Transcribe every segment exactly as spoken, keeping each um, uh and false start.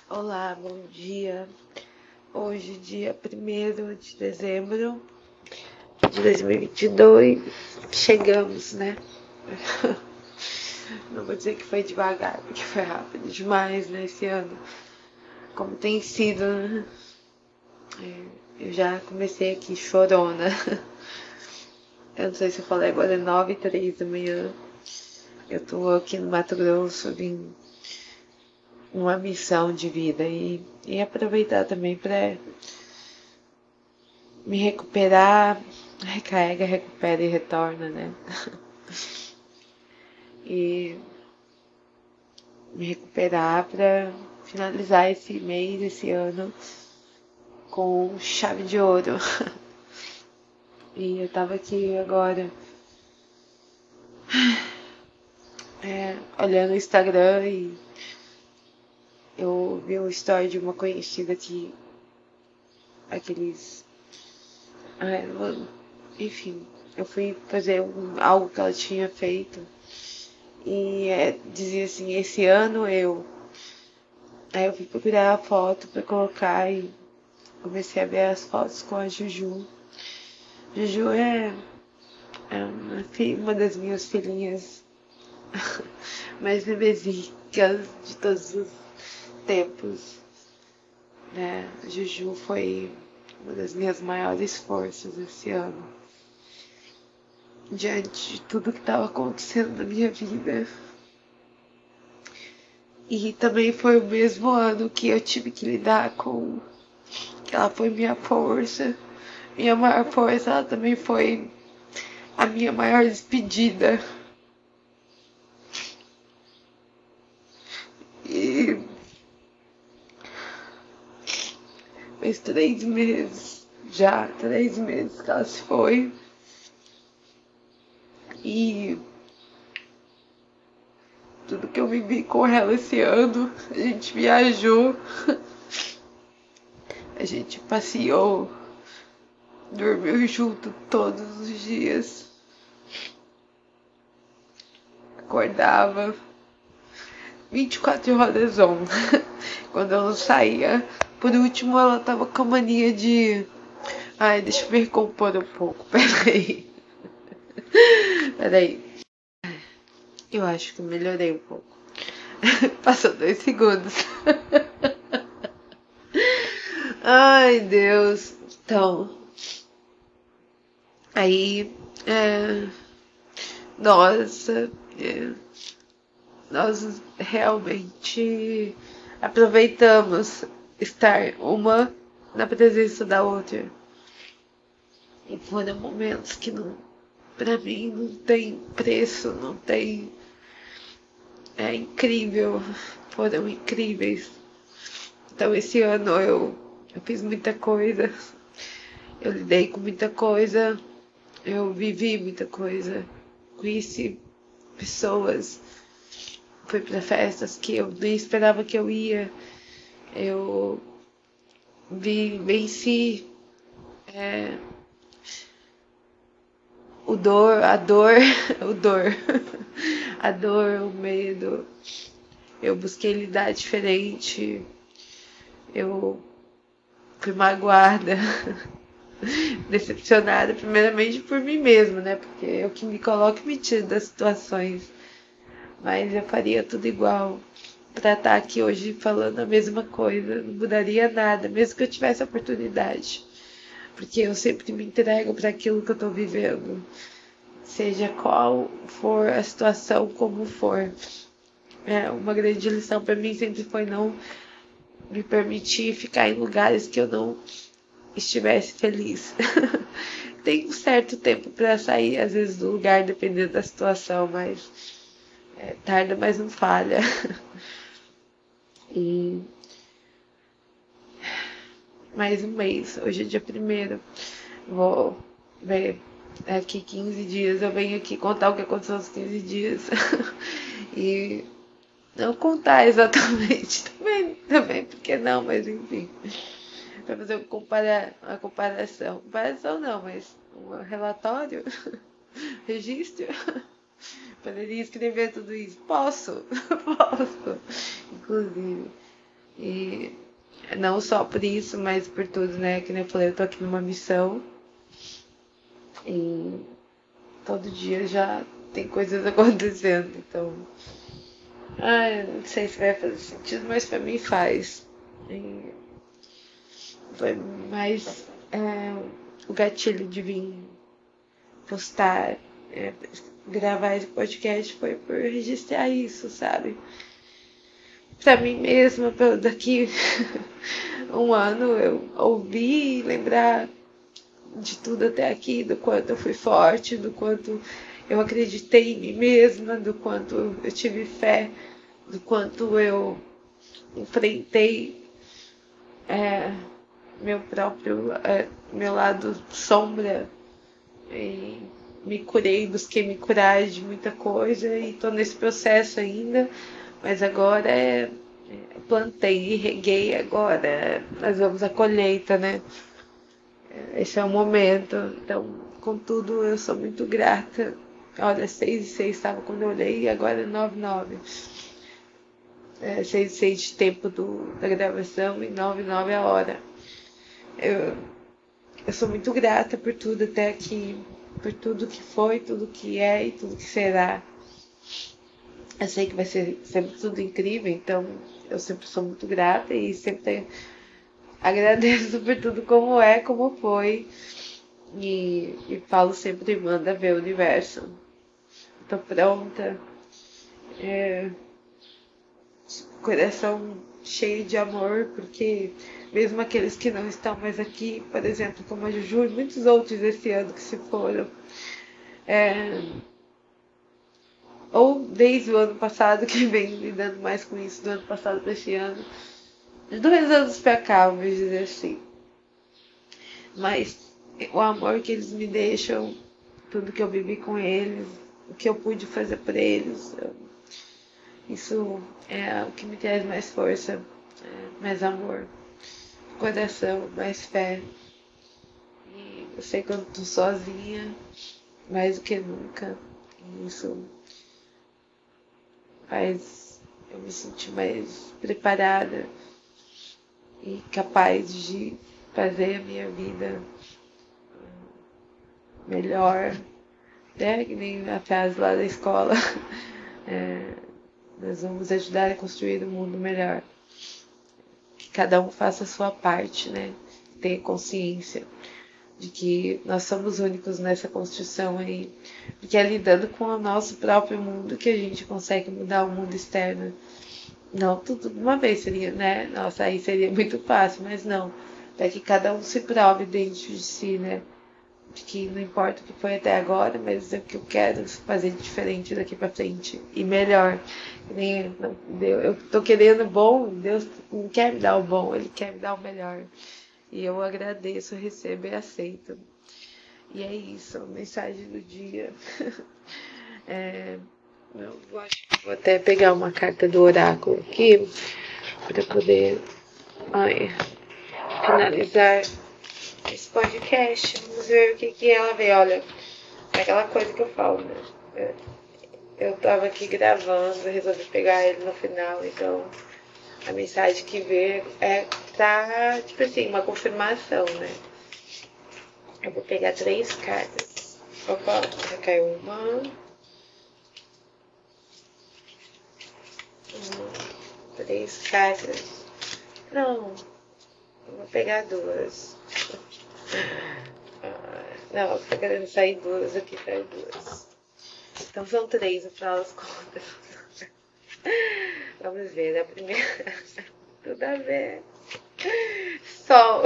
Olá, bom dia. Hoje, dia primeiro de dezembro de dois mil e vinte e dois, chegamos, né? Não vou dizer que foi devagar, porque foi rápido demais nesse ano, como tem sido, né? Eu já comecei aqui chorona. Eu não sei se eu falei agora, é nove e três da manhã. Eu tô aqui no Mato Grosso, vim uma missão de vida e, e aproveitar também para me recuperar, recarrega, recupera e retorna, né? E me recuperar para finalizar esse mês, esse ano, com chave de ouro. E eu tava aqui agora é, olhando o Instagram e eu vi uma história de uma conhecida que aqueles. Ah, enfim, eu fui fazer um, algo que ela tinha feito e é, dizia assim, esse ano eu. Aí eu fui procurar a foto pra colocar e comecei a ver as fotos com a Juju. Juju é, é uma, uma das minhas filhinhas mais bebezinhas de todos os tempos. Né? A Juju foi uma das minhas maiores forças esse ano. Diante de tudo que estava acontecendo na minha vida. E também foi o mesmo ano que eu tive que lidar com que ela foi minha força. Minha maior força, ela também foi a minha maior despedida. E fez três meses, já, três meses que ela se foi. E tudo que eu vivi com ela esse ano, a gente viajou, a gente passeou, dormiu junto todos os dias, acordava vinte e quatro horas on. Quando eu não saía, por último ela tava com a mania de. Ai, deixa eu me recompor um pouco, peraí. Peraí. Eu acho que melhorei um pouco. Passou dois segundos. Ai, Deus. Então, aí, é, nossa, é, nós realmente aproveitamos estar uma na presença da outra. E foram momentos que não, pra mim não tem preço, não tem. É incrível, foram incríveis. Então esse ano eu, eu fiz muita coisa, eu lidei com muita coisa, eu vivi muita coisa, conheci pessoas, fui para festas que eu nem esperava que eu ia, eu vi, venci é, o dor, a dor, o dor, a dor, o medo. Eu busquei lidar diferente, eu fui magoada, decepcionada, primeiramente por mim mesma, né? Porque eu que me coloco e me tiro das situações. Mas eu faria tudo igual pra estar aqui hoje falando a mesma coisa. Não mudaria nada, mesmo que eu tivesse a oportunidade. Porque eu sempre me entrego para aquilo que eu tô vivendo. Seja qual for a situação, como for. É, uma grande lição para mim sempre foi não me permitir ficar em lugares que eu não estivesse feliz. Tem um certo tempo para sair, às vezes, do lugar, dependendo da situação, mas é, tarda, mas não falha. E mais um mês, hoje é dia primeiro. Vou ver daqui quinze dias. Eu venho aqui contar o que aconteceu nos quinze dias. E não contar exatamente também, também, porque não, mas enfim. Para fazer um compara uma comparação. Comparação não, mas um relatório, registro. Poderia escrever tudo isso? Posso, posso, inclusive. E não só por isso, mas por tudo, né? Que nem eu falei, eu tô aqui numa missão. E todo dia já tem coisas acontecendo. Então, ai, não sei se vai fazer sentido, mas pra mim faz. E foi mais é, o gatilho de vir postar, é, gravar esse podcast foi por registrar isso, sabe? Pra mim mesma, pra daqui um ano eu ouvir e lembrar de tudo até aqui, do quanto eu fui forte, do quanto eu acreditei em mim mesma, do quanto eu tive fé, do quanto eu enfrentei é, meu próprio, é, meu lado sombra e me curei, busquei me curar de muita coisa e tô nesse processo ainda, mas agora é, é plantei e reguei agora, nós vamos à colheita, né? Esse é o momento. Então, contudo, eu sou muito grata. Olha, seis e seis estava quando eu olhei e agora é nove e nove. É, seis e seis de tempo do, da gravação e nove e nove a hora. Eu, eu sou muito grata por tudo até aqui, por tudo que foi, tudo que é e tudo que será. Eu sei que vai ser sempre tudo incrível, então eu sempre sou muito grata e sempre agradeço por tudo como é, como foi. E, e falo sempre, manda ver o universo. Tô pronta. É, coração cheio de amor, porque mesmo aqueles que não estão mais aqui, por exemplo, como a Juju e muitos outros esse ano que se foram, é, ou desde o ano passado, que vem lidando mais com isso, do ano passado para esse ano, de dois anos pra cá, vamos dizer assim. Mas o amor que eles me deixam, tudo que eu vivi com eles, o que eu pude fazer por eles, isso é o que me traz mais força, é, mais amor, coração, mais fé. E eu sei que eu tô sozinha, mais do que nunca. E isso faz eu me sentir mais preparada e capaz de fazer a minha vida melhor. É que nem a frase lá da escola. É, nós vamos ajudar a construir um mundo melhor. Que cada um faça a sua parte, né? Tenha consciência de que nós somos únicos nessa construção aí. Porque é lidando com o nosso próprio mundo que a gente consegue mudar o mundo externo. Não tudo de uma vez seria, né? Nossa, aí seria muito fácil, mas não. Para que cada um se prove dentro de si, né? De que não importa o que foi até agora, mas é o que eu quero fazer diferente daqui pra frente e melhor. Nem, não, eu tô querendo o bom, Deus não quer me dar o bom, Ele quer me dar o melhor. E eu agradeço, recebo e aceito. E é isso, a mensagem do dia. é, eu acho que vou até pegar uma carta do oráculo aqui para poder ai, finalizar esse podcast. Vamos ver o que, que ela vê. Olha, é aquela coisa que eu falo, né? Eu tava aqui gravando, resolvi pegar ele no final, então a mensagem que veio é tá, tipo assim, uma confirmação, né? Eu vou pegar três cartas. Opa, já caiu uma. uma três cartas. Não, eu vou pegar duas. Não, eu tô querendo sair duas aqui, sair duas. Então são três, no final das contas. Vamos ver, a primeira. Tudo a ver. Sol.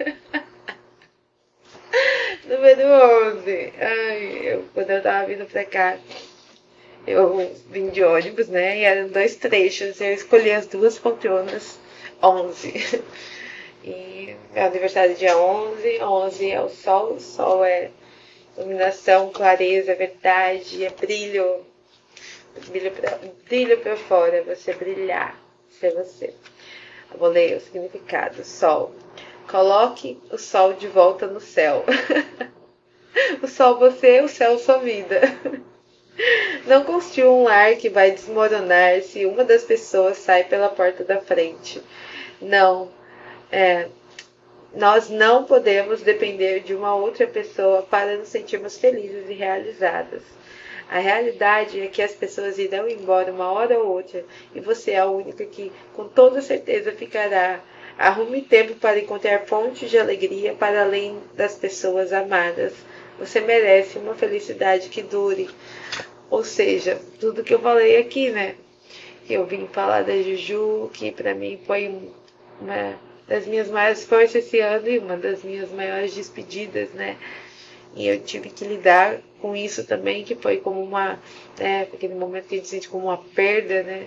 Número onze. Ai, eu, quando eu tava vindo pra cá, eu vim de ônibus, né? E eram dois trechos. E eu escolhi as duas poltronas onze. E meu aniversário é dia onze. onze é o sol. O sol é iluminação, clareza, verdade, é brilho. Brilho pra, brilho pra fora, você brilhar, ser você. Eu vou ler o significado. Sol. Coloque o sol de volta no céu. O sol você, o céu sua vida. Não construa um lar que vai desmoronar se uma das pessoas sai pela porta da frente. Não. É, nós não podemos depender de uma outra pessoa para nos sentirmos felizes e realizadas. A realidade é que as pessoas irão embora uma hora ou outra e você é a única que, com toda certeza, ficará. Arrume tempo para encontrar fontes de alegria para além das pessoas amadas. Você merece uma felicidade que dure. Ou seja, tudo que eu falei aqui, né? Eu vim falar da Juju, que pra mim foi uma das minhas maiores forças esse ano e uma das minhas maiores despedidas, né? E eu tive que lidar com isso também, que foi como uma, né, aquele momento que a gente sente como uma perda, né?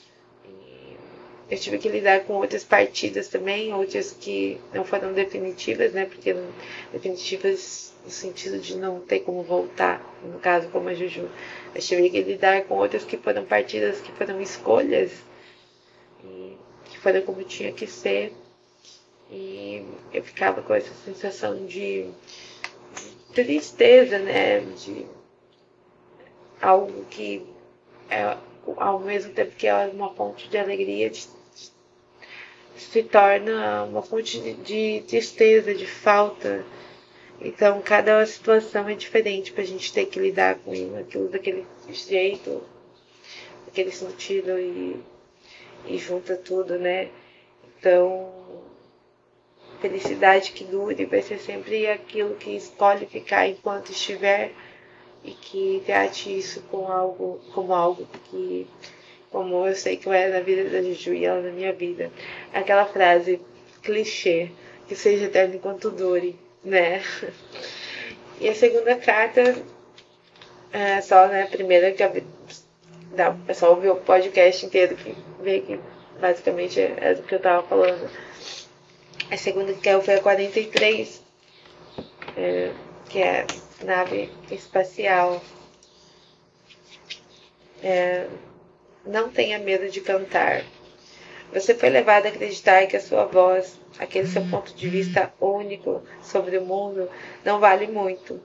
Eu tive que lidar com outras partidas também, outras que não foram definitivas, né? Porque definitivas no sentido de não ter como voltar, no caso como a Juju. Eu tive que lidar com outras que foram partidas, que foram escolhas, e que foram como tinha que ser. E eu ficava com essa sensação de tristeza, né? De algo que é, ao mesmo tempo que é uma fonte de alegria, de se torna uma fonte de, de tristeza, de falta. Então, cada situação é diferente pra gente ter que lidar com aquilo daquele jeito, daquele sentido e, e junta tudo, né? Então, felicidade que dure vai ser sempre aquilo que escolhe ficar enquanto estiver e que trate isso com algo, como algo que, como eu sei que é na vida da Juju e ela na minha vida. Aquela frase clichê, que seja eterno enquanto dure, né? E a segunda carta é só, né, a primeira que dá, o pessoal ouviu o podcast inteiro que vê que basicamente é do que eu tava falando. A segunda que foi a quarenta e três, é, que é nave espacial. É, não tenha medo de cantar. Você foi levado a acreditar que a sua voz, aquele seu ponto de vista único sobre o mundo, não vale muito.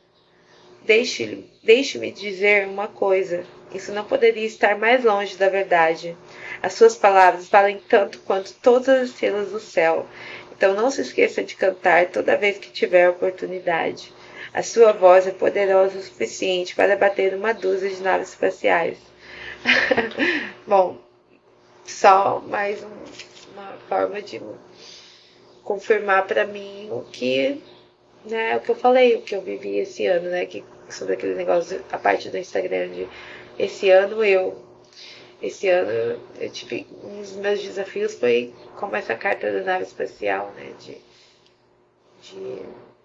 Deixe, deixe-me dizer uma coisa. Isso não poderia estar mais longe da verdade. As suas palavras valem tanto quanto todas as estrelas do céu. Então não se esqueça de cantar toda vez que tiver oportunidade. A sua voz é poderosa o suficiente para bater uma dúzia de naves espaciais. Bom, só mais um, uma forma de confirmar para mim o que, né, o que eu falei, o que eu vivi esse ano, né, que, sobre aquele negócio, a parte do Instagram de esse ano eu, esse ano eu tive, um dos meus desafios foi como essa carta da nave espacial, né, de, de,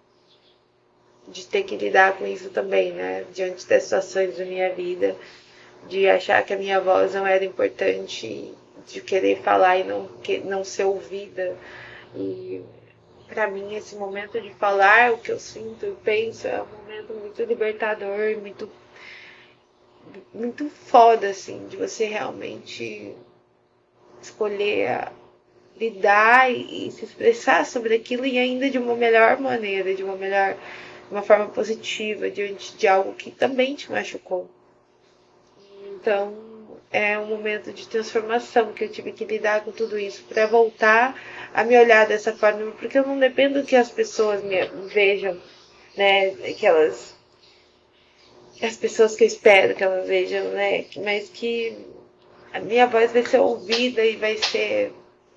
de ter que lidar com isso também, né, diante das situações da minha vida, de achar que a minha voz não era importante, de querer falar e não, que, não ser ouvida. E para mim esse momento de falar o que eu sinto e penso é um momento muito libertador, muito, muito foda, assim, de você realmente escolher lidar e, e se expressar sobre aquilo e ainda de uma melhor maneira, de uma melhor, de uma forma positiva, diante de algo que também te machucou. Então, é um momento de transformação que eu tive que lidar com tudo isso para voltar a me olhar dessa forma, porque eu não dependo que as pessoas me vejam, né, que elas, as pessoas que eu espero que elas vejam, né, mas que a minha voz vai ser ouvida e vai ser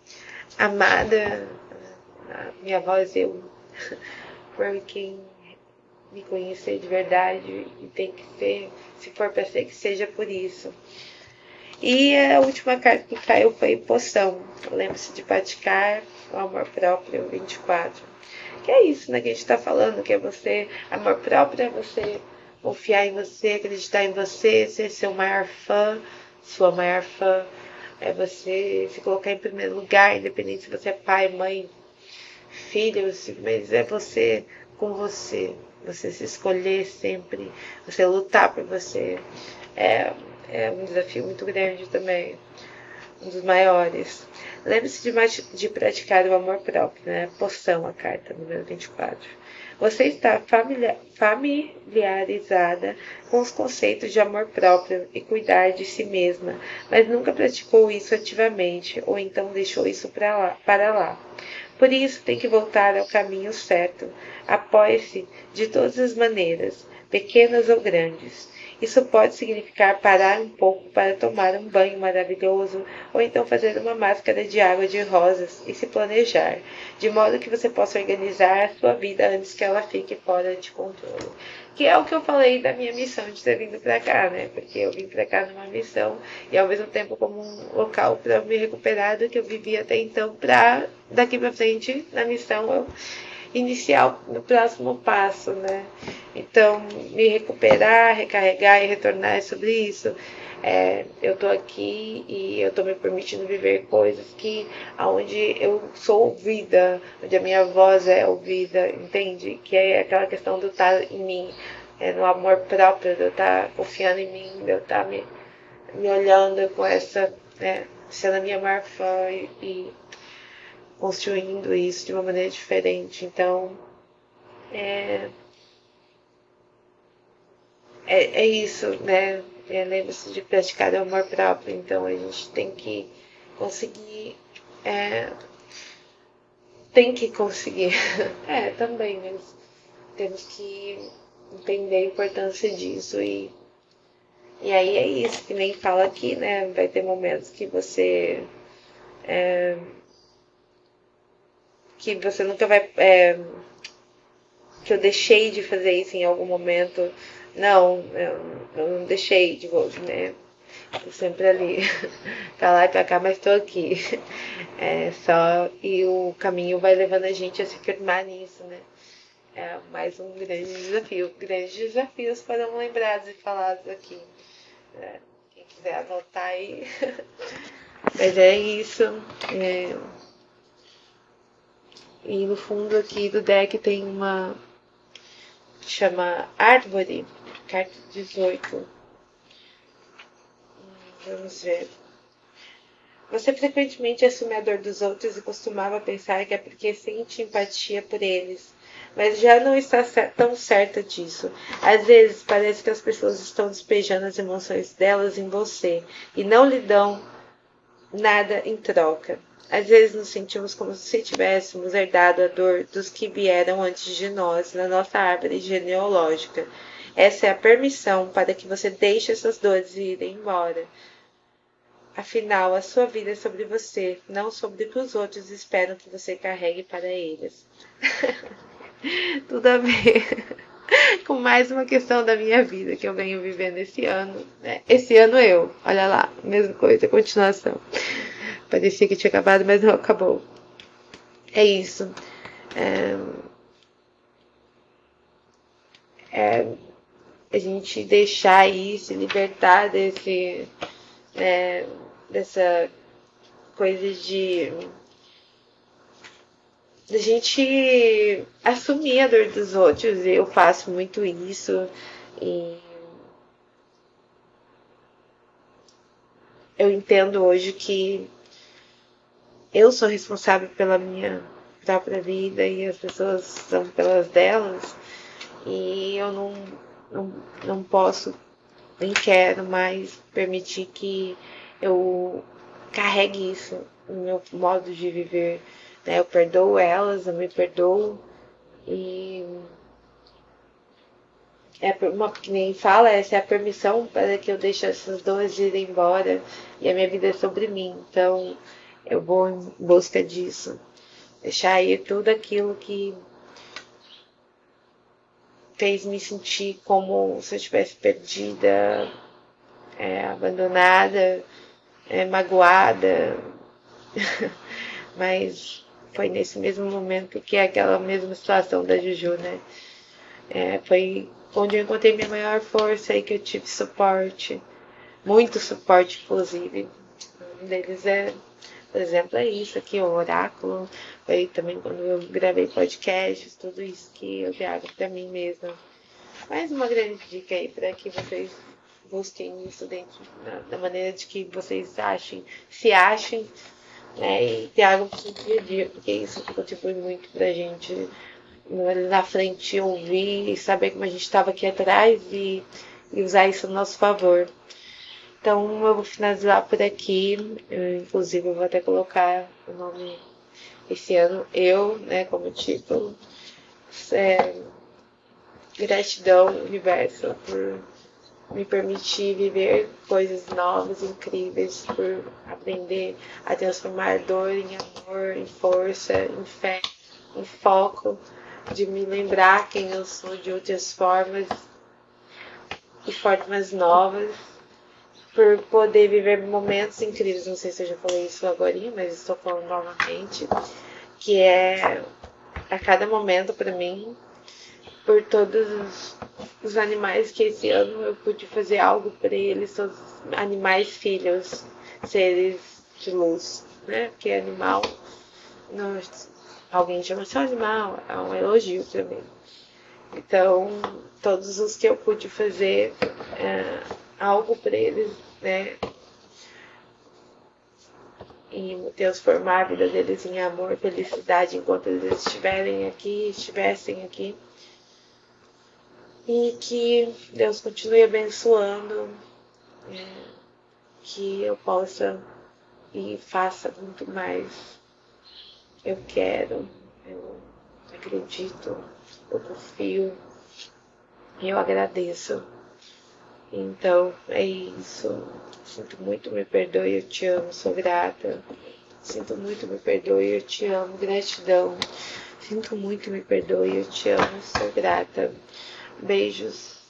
amada, a minha voz eu por quem me conhecer de verdade e tem que ser, se for para ser, que seja por isso. E a última carta que caiu foi poção. Lembre-se de praticar o amor próprio vinte e quatro. Que é isso, né, que a gente tá falando, que é você, amor próprio é você confiar em você, acreditar em você, ser seu maior fã, sua maior fã, é você se colocar em primeiro lugar, independente se você é pai, mãe, filho, mas é você com você, você se escolher sempre, você lutar por você. É, é um desafio muito grande também, um dos maiores. Lembre-se de, de praticar o amor próprio, né? Poção, a carta número vinte e quatro. Você está familia- familiarizada com os conceitos de amor próprio e cuidar de si mesma, mas nunca praticou isso ativamente, ou então deixou isso pra lá- para lá. Por isso, tem que voltar ao caminho certo. Apoie-se de todas as maneiras, pequenas ou grandes. Isso pode significar parar um pouco para tomar um banho maravilhoso, ou então fazer uma máscara de água de rosas e se planejar, de modo que você possa organizar a sua vida antes que ela fique fora de controle. Que é o que eu falei da minha missão de ter vindo pra cá, né? Porque eu vim pra cá numa missão e ao mesmo tempo como um local para me recuperar do que eu vivia até então, pra daqui pra frente, na missão, eu iniciar o próximo passo, né? Então, me recuperar, recarregar e retornar é sobre isso. É, eu tô aqui e eu tô me permitindo viver coisas que aonde eu sou ouvida, onde a minha voz é ouvida, entende? Que é aquela questão do estar em mim, é, no amor próprio, de eu estar confiando em mim, de eu estar me, me olhando com essa, né, sendo a minha maior fã e, e construindo isso de uma maneira diferente. Então, é, é, é isso, né? É, lembre-se de praticar o amor próprio. Então, a gente tem que conseguir. É, tem que conseguir. É, também, mas temos que entender a importância disso. E, e aí é isso, que nem fala aqui, né? Vai ter momentos que você. É, que você nunca vai. É, que eu deixei de fazer isso em algum momento. Não, eu, eu não deixei de volta, né? Tô sempre ali, pra lá e pra cá, mas tô aqui. É só. E o caminho vai levando a gente a se firmar nisso, né? É mais um grande desafio. Grandes desafios foram lembrados e falados aqui. É, quem quiser anotar aí. Mas é isso. É, e no fundo aqui do deck tem uma que chama Árvore, carta dezoito. Vamos ver. Você frequentemente assume a dor dos outros e costumava pensar que é porque sente empatia por eles, mas já não está tão certa disso. Às vezes parece que as pessoas estão despejando as emoções delas em você e não lhe dão nada em troca. Às vezes nos sentimos como se tivéssemos herdado a dor dos que vieram antes de nós na nossa árvore genealógica. Essa é a permissão para que você deixe essas dores irem embora. Afinal, a sua vida é sobre você, não sobre o que os outros esperam que você carregue para eles. Tudo a ver com mais uma questão da minha vida que eu venho vivendo esse ano. Né? Esse ano eu, olha lá, mesma coisa, continuação. Parecia que tinha acabado, mas não acabou. É isso. É, é a gente deixar aí, se libertar desse, né, dessa coisa de a gente assumir a dor dos outros. Eu faço muito isso e eu entendo hoje que eu sou responsável pela minha própria vida e as pessoas são pelas delas e eu não, não, não posso nem quero mais permitir que eu carregue isso no meu modo de viver. Né? Eu perdoo elas, eu me perdoo e é uma, que nem fala, essa é a permissão para que eu deixe essas dores irem embora e a minha vida é sobre mim. Então eu vou em busca disso. Deixar ir tudo aquilo que fez me sentir como se eu estivesse perdida, é, abandonada, é, magoada. Mas foi nesse mesmo momento que é aquela mesma situação da Juju, né? É, foi onde eu encontrei minha maior força e que eu tive suporte. Muito suporte, inclusive. Um deles é, por exemplo, é isso aqui, o oráculo. Foi também quando eu gravei podcasts, tudo isso que eu trago para mim mesma. Mais uma grande dica aí para que vocês busquem isso dentro da, da maneira de que vocês achem, se achem, né? E tragam para o seu dia a dia, porque isso contribui muito pra gente ali na frente ouvir e saber como a gente estava aqui atrás e, e usar isso a nosso favor. Então eu vou finalizar por aqui. Eu, inclusive eu vou até colocar o nome esse ano, eu, né, como título. É, gratidão, universo, por me permitir viver coisas novas, incríveis, por aprender a transformar dor em amor, em força, em fé, em foco, de me lembrar quem eu sou de outras formas e formas novas, por poder viver momentos incríveis. Não sei se eu já falei isso agora, mas estou falando novamente, que é a cada momento para mim, por todos os, os animais que esse ano eu pude fazer algo para eles, todos os animais filhos, seres de luz, né? Porque animal, não, alguém chama só animal, é um elogio para mim. Então, todos os que eu pude fazer é, algo para eles, né? E transformar a vida deles em amor, felicidade enquanto eles estiverem aqui, estivessem aqui. E que Deus continue abençoando, é, que eu possa e faça muito mais. Eu quero, eu acredito, eu confio e eu agradeço. Então é isso. Sinto muito, me perdoe, eu te amo, sou grata. Sinto muito, me perdoe, eu te amo, gratidão. Sinto muito, me perdoe, eu te amo, sou grata. Beijos.